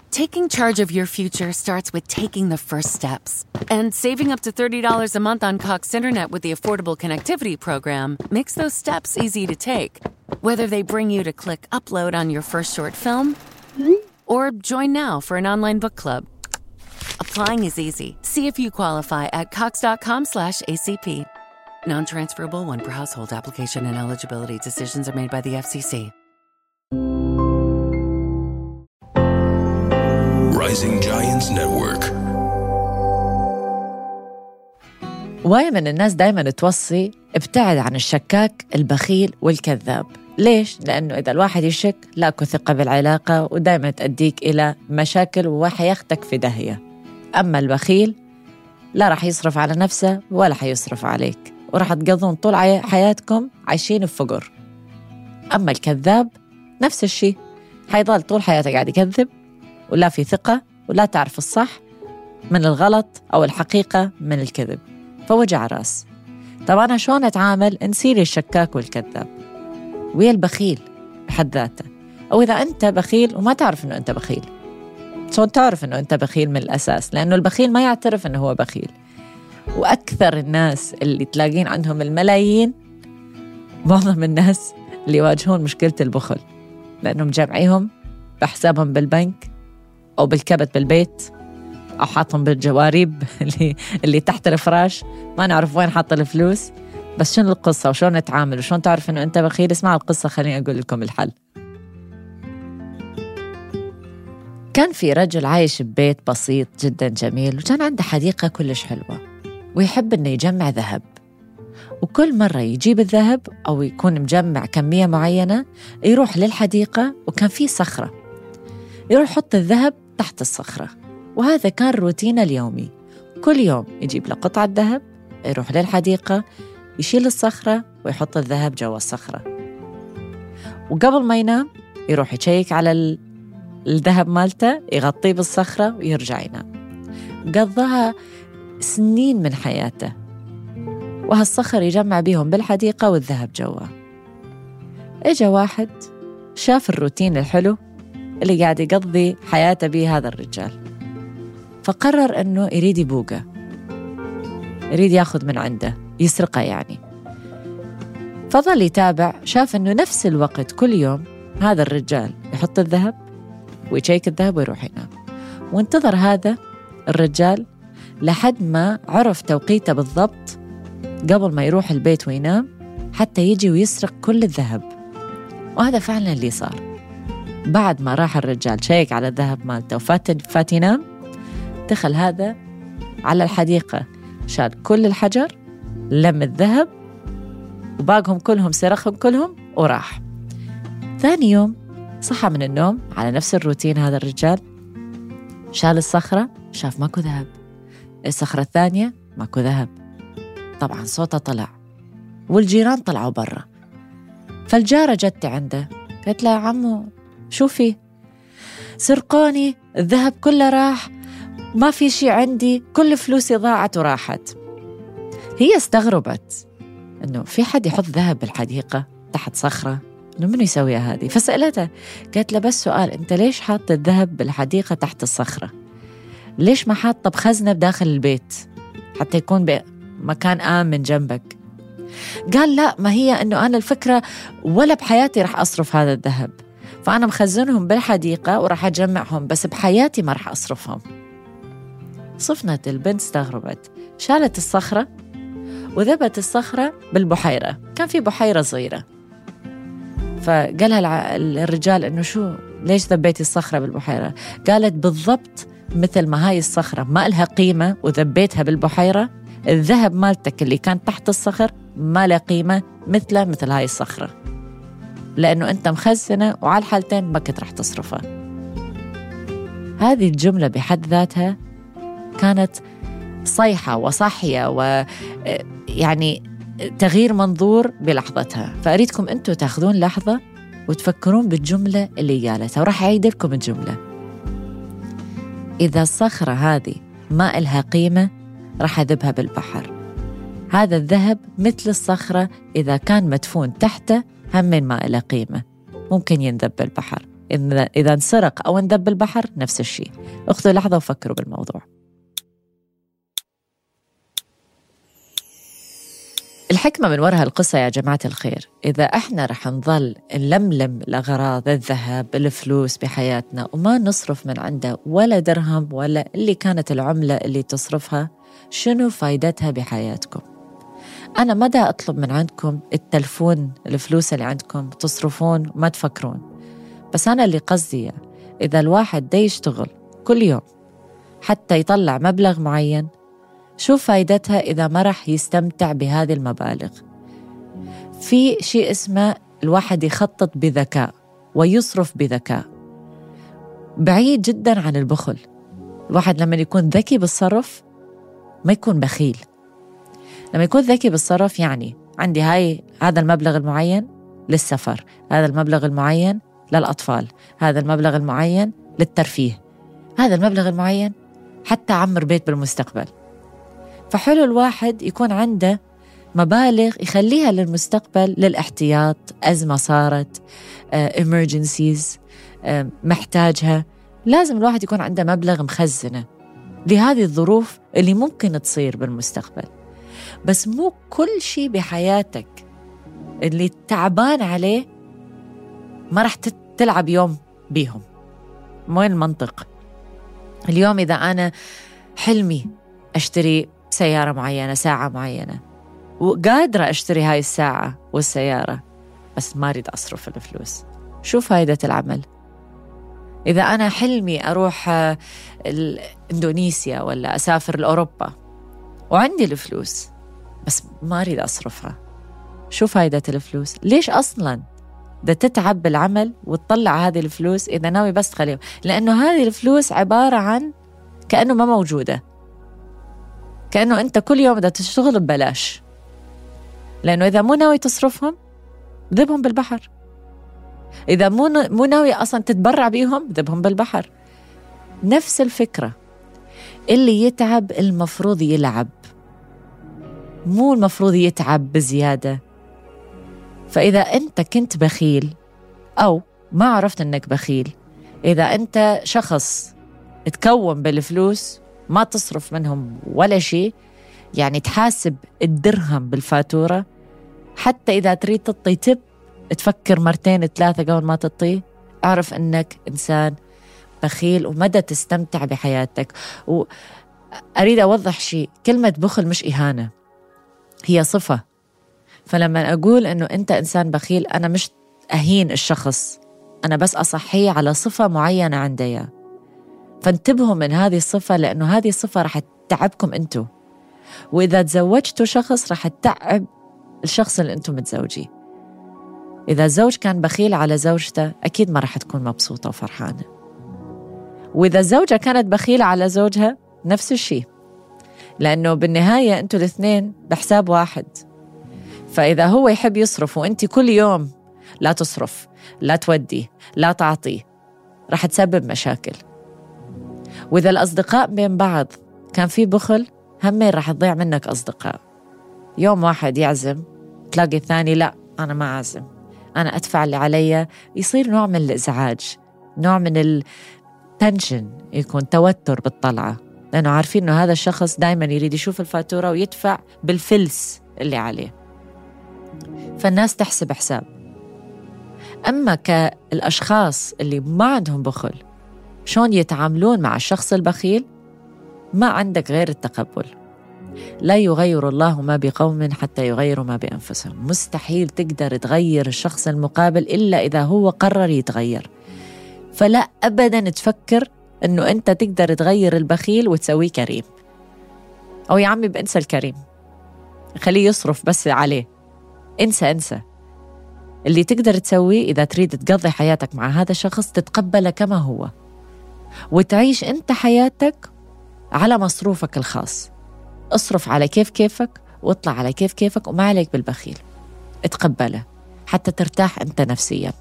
Taking charge of your future starts with taking the first steps. And saving up to $30 a month on Cox Internet with the Affordable Connectivity Program makes those steps easy to take. Whether they bring you to click upload on your first short film or join now for an online book club. Applying is easy. See if you qualify at cox.com/ACP. Non-transferable one per household. Application and eligibility decisions are made by the FCC. Rising Giants Network. وايد من الناس دايماً توصي ابتعد عن الشكاك البخيل والكذاب. ليش؟ لأنه إذا الواحد يشك لاكو ثقة بالعلاقة ودايماً تأديك إلى مشاكل وحياخدك في داهية. أما البخيل لا رح يصرف على نفسه ولا حيصرف عليك، ورح تقضون طول حياتكم عايشين بفقر. أما الكذاب نفس الشيء، حيضل طول حياتك قاعد يكذب ولا في ثقة ولا تعرف الصح من الغلط أو الحقيقة من الكذب، فوجع راس. طب أنا شلون أتعامل؟ نسيلي الشكاك والكذاب ويا البخيل بحد ذاته. أو إذا أنت بخيل وما تعرف أنه أنت بخيل، شلون تعرف أنه أنت بخيل من الأساس؟ لأنه البخيل ما يعترف أنه هو بخيل. وأكثر الناس اللي تلاقين عندهم الملايين معظم الناس اللي يواجهون مشكلة البخل، لأنهم جمعيهم بحسابهم بالبنك أو بالكبت بالبيت أو حاطهم بالجواريب اللي تحت الفراش، ما نعرف وين حاط الفلوس. بس شنو القصة وشلون نتعامل وشلون تعرف أنه أنت بخيل؟ اسمع القصة، خليني أقول لكم الحل. كان في رجل عايش ببيت بسيط جدا جميل، وكان عنده حديقة كلش حلوة، ويحب أنه يجمع ذهب. وكل مرة يجيب الذهب أو يكون مجمع كمية معينة يروح للحديقة، وكان فيه صخرة يروح يحط الذهب تحت الصخرة. وهذا كان روتينه اليومي. كل يوم يجيب له قطعة ذهب، يروح للحديقة، يشيل الصخرة ويحط الذهب جوا الصخرة. وقبل ما ينام يروح يشيك على الذهب مالته، يغطيه بالصخرة ويرجع ينام. قضاها سنين من حياته، وهالصخر يجمع بيهم بالحديقة والذهب جوا. اجا واحد شاف الروتين الحلو اللي قاعد يقضي حياته بيه هذا الرجال، فقرر أنه يريد يبوقه، يريد ياخذ من عنده، يسرقه يعني. فظل يتابع، شاف أنه نفس الوقت كل يوم هذا الرجال يحط الذهب ويشيك الذهب ويروح ينام. وانتظر هذا الرجال لحد ما عرف توقيته بالضبط قبل ما يروح البيت وينام، حتى يجي ويسرق كل الذهب. وهذا فعلا اللي صار. بعد ما راح الرجال شيك على الذهب مالته وفات ينام، دخل هذا على الحديقة، شال كل الحجر، لم الذهب وباقهم كلهم، سرقهم كلهم وراح. ثاني يوم صحى من النوم على نفس الروتين. هذا الرجال شال الصخرة، شاف ماكو ذهب. الصخرة الثانية ماكو ذهب. طبعا صوته طلع والجيران طلعوا برا. فالجارة جت عنده قالت له: عمو شوفي، سرقوني، الذهب كله راح، ما في شي عندي، كل فلوسي ضاعت وراحت. هي استغربت إنه في حد يحط ذهب بالحديقة تحت صخرة، إنه منو يسويها هذه؟ فسألته، قالت له: بس سؤال، أنت ليش حاط الذهب بالحديقة تحت الصخرة؟ ليش ما حاطه بخزنة بداخل البيت حتى يكون بمكان آمن جنبك؟ قال: لا، ما هي إنه أنا الفكرة ولا بحياتي رح أصرف هذا الذهب، فأنا مخزنهم بالحديقة ورح أجمعهم، بس بحياتي ما رح أصرفهم. صفنت البنت، استغربت، شالت الصخرة وذبت الصخرة بالبحيرة. كان في بحيرة صغيرة. فقالها الرجال: إنه شو، ليش ذبيتي الصخرة بالبحيرة؟ قالت: بالضبط مثل ما هاي الصخرة ما لها قيمة وذبيتها بالبحيرة، الذهب مالتك اللي كان تحت الصخر ما له قيمة مثل هاي الصخرة، لأنه أنت مخزنة وعلى الحالتين ما كنت رح تصرفها. هذه الجملة بحد ذاتها كانت صيحة وصحية، ويعني تغيير منظور بلحظتها. فأريدكم أنتوا تاخذون لحظة وتفكرون بالجملة اللي قالتها، وراح أعيد لكم الجملة. إذا الصخرة هذه ما إلها قيمة راح أذبها بالبحر. هذا الذهب مثل الصخرة، إذا كان مدفون تحته هم ما إله قيمة، ممكن ينذب بالبحر. إذا انسرق أو اندب بالبحر نفس الشيء. أخذوا لحظة وفكروا بالموضوع. الحكمة من وراء القصة يا جماعة الخير، إذا إحنا رح نظل نلملم الأغراض، الذهب، الفلوس بحياتنا وما نصرف من عنده ولا درهم ولا اللي كانت العملة اللي تصرفها، شنو فايدتها بحياتكم؟ أنا ما دا أطلب من عندكم التلفون الفلوس اللي عندكم تصرفون وما تفكرون، بس أنا اللي قصدي إذا الواحد دا يشتغل كل يوم حتى يطلع مبلغ معين، شو فايدتها إذا ما رح يستمتع بهذه المبالغ؟ في شيء اسمه الواحد يخطط بذكاء ويصرف بذكاء، بعيد جدا عن البخل. الواحد لما يكون ذكي بالصرف ما يكون بخيل. لما يكون ذكي بالصرف يعني عندي هذا المبلغ المعين للسفر، هذا المبلغ المعين للأطفال، هذا المبلغ المعين للترفيه، هذا المبلغ المعين حتى عمر بيت بالمستقبل. فحلو الواحد يكون عنده مبالغ يخليها للمستقبل، للاحتياط، أزمة صارت، emergencies محتاجها. لازم الواحد يكون عنده مبلغ مخزنة لهذه الظروف اللي ممكن تصير بالمستقبل. بس مو كل شيء بحياتك اللي تعبان عليه ما رح تلعب يوم بيهم. وين المنطق؟ اليوم إذا أنا حلمي أشتري سيارة معينة، ساعة معينة، وقادرة أشتري هاي الساعة والسيارة، بس ما أريد أصرف الفلوس، شو فايدة العمل؟ إذا أنا حلمي أروح إندونيسيا ولا أسافر لأوروبا وعندي الفلوس بس ما أريد أصرفها، شو فايدة الفلوس؟ ليش أصلاً ده تتعب بالعمل وتطلع هذه الفلوس إذا ناوي بس تخليه؟ لأنه هذه الفلوس عبارة عن كأنه ما موجودة، كأنه أنت كل يوم بدأ تشتغل ببلاش، لأنه إذا مو ناوي تصرفهم ذبهم بالبحر، إذا مو ناوي أصلا تتبرع بيهم ذبهم بالبحر. نفس الفكرة، اللي يتعب المفروض يلعب، مو المفروض يتعب بزيادة. فإذا أنت كنت بخيل أو ما عرفت أنك بخيل، إذا أنت شخص تكون بالفلوس ما تصرف منهم ولا شيء، يعني تحاسب الدرهم بالفاتورة، حتى إذا تريد تطي تب تفكر مرتين ثلاثة قبل ما تطي، أعرف أنك إنسان بخيل ومدى تستمتع بحياتك. وأريد أوضح شيء، كلمة بخل مش إهانة، هي صفة. فلما أقول أنه أنت إنسان بخيل، أنا مش أهين الشخص، أنا بس أصحيه على صفة معينة عنده. فانتبهوا من هذه الصفة، لأنه هذه الصفة رح تتعبكم أنتوا، وإذا تزوجتوا شخص رح تتعب الشخص اللي أنتوا متزوجيه. إذا الزوج كان بخيل على زوجته أكيد ما رح تكون مبسوطة وفرحانة، وإذا الزوجة كانت بخيلة على زوجها نفس الشيء، لأنه بالنهاية أنتوا الاثنين بحساب واحد. فإذا هو يحب يصرف وأنت كل يوم لا تصرف، لا تودي، لا تعطي، رح تسبب مشاكل. وإذا الأصدقاء بين بعض كان في بخل، همين رح تضيع منك أصدقاء. يوم واحد يعزم تلاقي الثاني لا أنا ما أعزم، أنا أدفع اللي علي، يصير نوع من الإزعاج، نوع من التنشن، يكون توتر بالطلعة، لأنه عارفين أنه هذا الشخص دايما يريد يشوف الفاتورة ويدفع بالفلس اللي عليه. فالناس تحسب حساب. أما كالأشخاص اللي ما عندهم بخل، شون يتعاملون مع الشخص البخيل؟ ما عندك غير التقبل. لا يغير الله ما بقوم حتى يغيروا ما بأنفسهم. مستحيل تقدر تغير الشخص المقابل إلا إذا هو قرر يتغير. فلا أبدا تفكر أنه أنت تقدر تغير البخيل وتسويه كريم، أو يا عمي بأنسى الكريم، خليه يصرف بس عليه، انسى. اللي تقدر تسويه إذا تريد تقضي حياتك مع هذا الشخص، تتقبله كما هو وتعيش أنت حياتك على مصروفك الخاص. اصرف على كيفك واطلع على كيفك، وما عليك بالبخيل، اتقبله حتى ترتاح أنت نفسيا،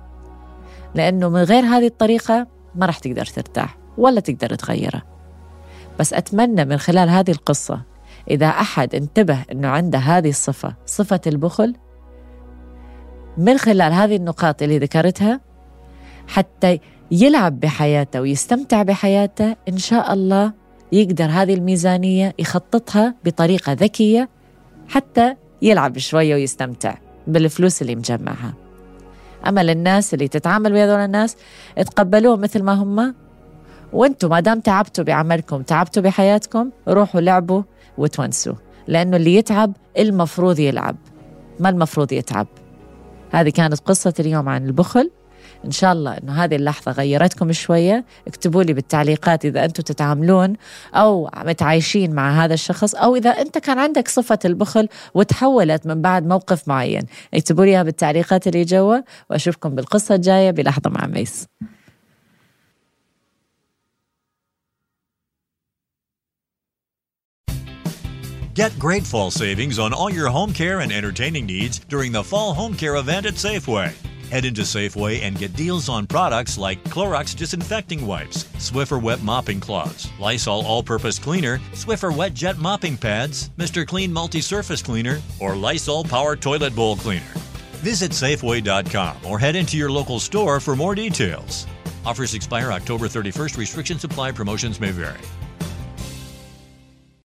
لأنه من غير هذه الطريقة ما رح تقدر ترتاح ولا تقدر تغيره. بس أتمنى من خلال هذه القصة إذا أحد انتبه أنه عنده هذه الصفة، صفة البخل، من خلال هذه النقاط اللي ذكرتها حتى يلعب بحياته ويستمتع بحياته، إن شاء الله يقدر هذه الميزانية يخططها بطريقة ذكية حتى يلعب شوية ويستمتع بالفلوس اللي مجمعها. أما للناس اللي تتعامل بهذول الناس، اتقبلوهم مثل ما هم، وانتم ما دام تعبتوا بعملكم، تعبتوا بحياتكم، روحوا لعبوا وتونسوا، لأنه اللي يتعب المفروض يلعب، ما المفروض يتعب. هذه كانت قصة اليوم عن البخل. إن شاء الله إنه هذه اللحظة غيرتكم شوية. اكتبوا لي بالتعليقات إذا أنتم تتعاملون أو متعايشين مع هذا الشخص، أو إذا أنت كان عندك صفة البخل وتحولت من بعد موقف معين. اكتبوا لي بالتعليقات اللي جوا، وأشوفكم بالقصة الجاية بلحظة مع ميس. Get great fall savings on all your home care and entertaining needs during the Fall Home Care event at Safeway. Head into Safeway and get deals on products like Clorox Disinfecting Wipes, Swiffer Wet Mopping Cloths, Lysol All-Purpose Cleaner, Swiffer Wet Jet Mopping Pads, Mr. Clean Multi-Surface Cleaner, or Lysol Power Toilet Bowl Cleaner. Visit Safeway.com or head into your local store for more details. Offers expire October 31st. Restrictions apply. Promotions may vary.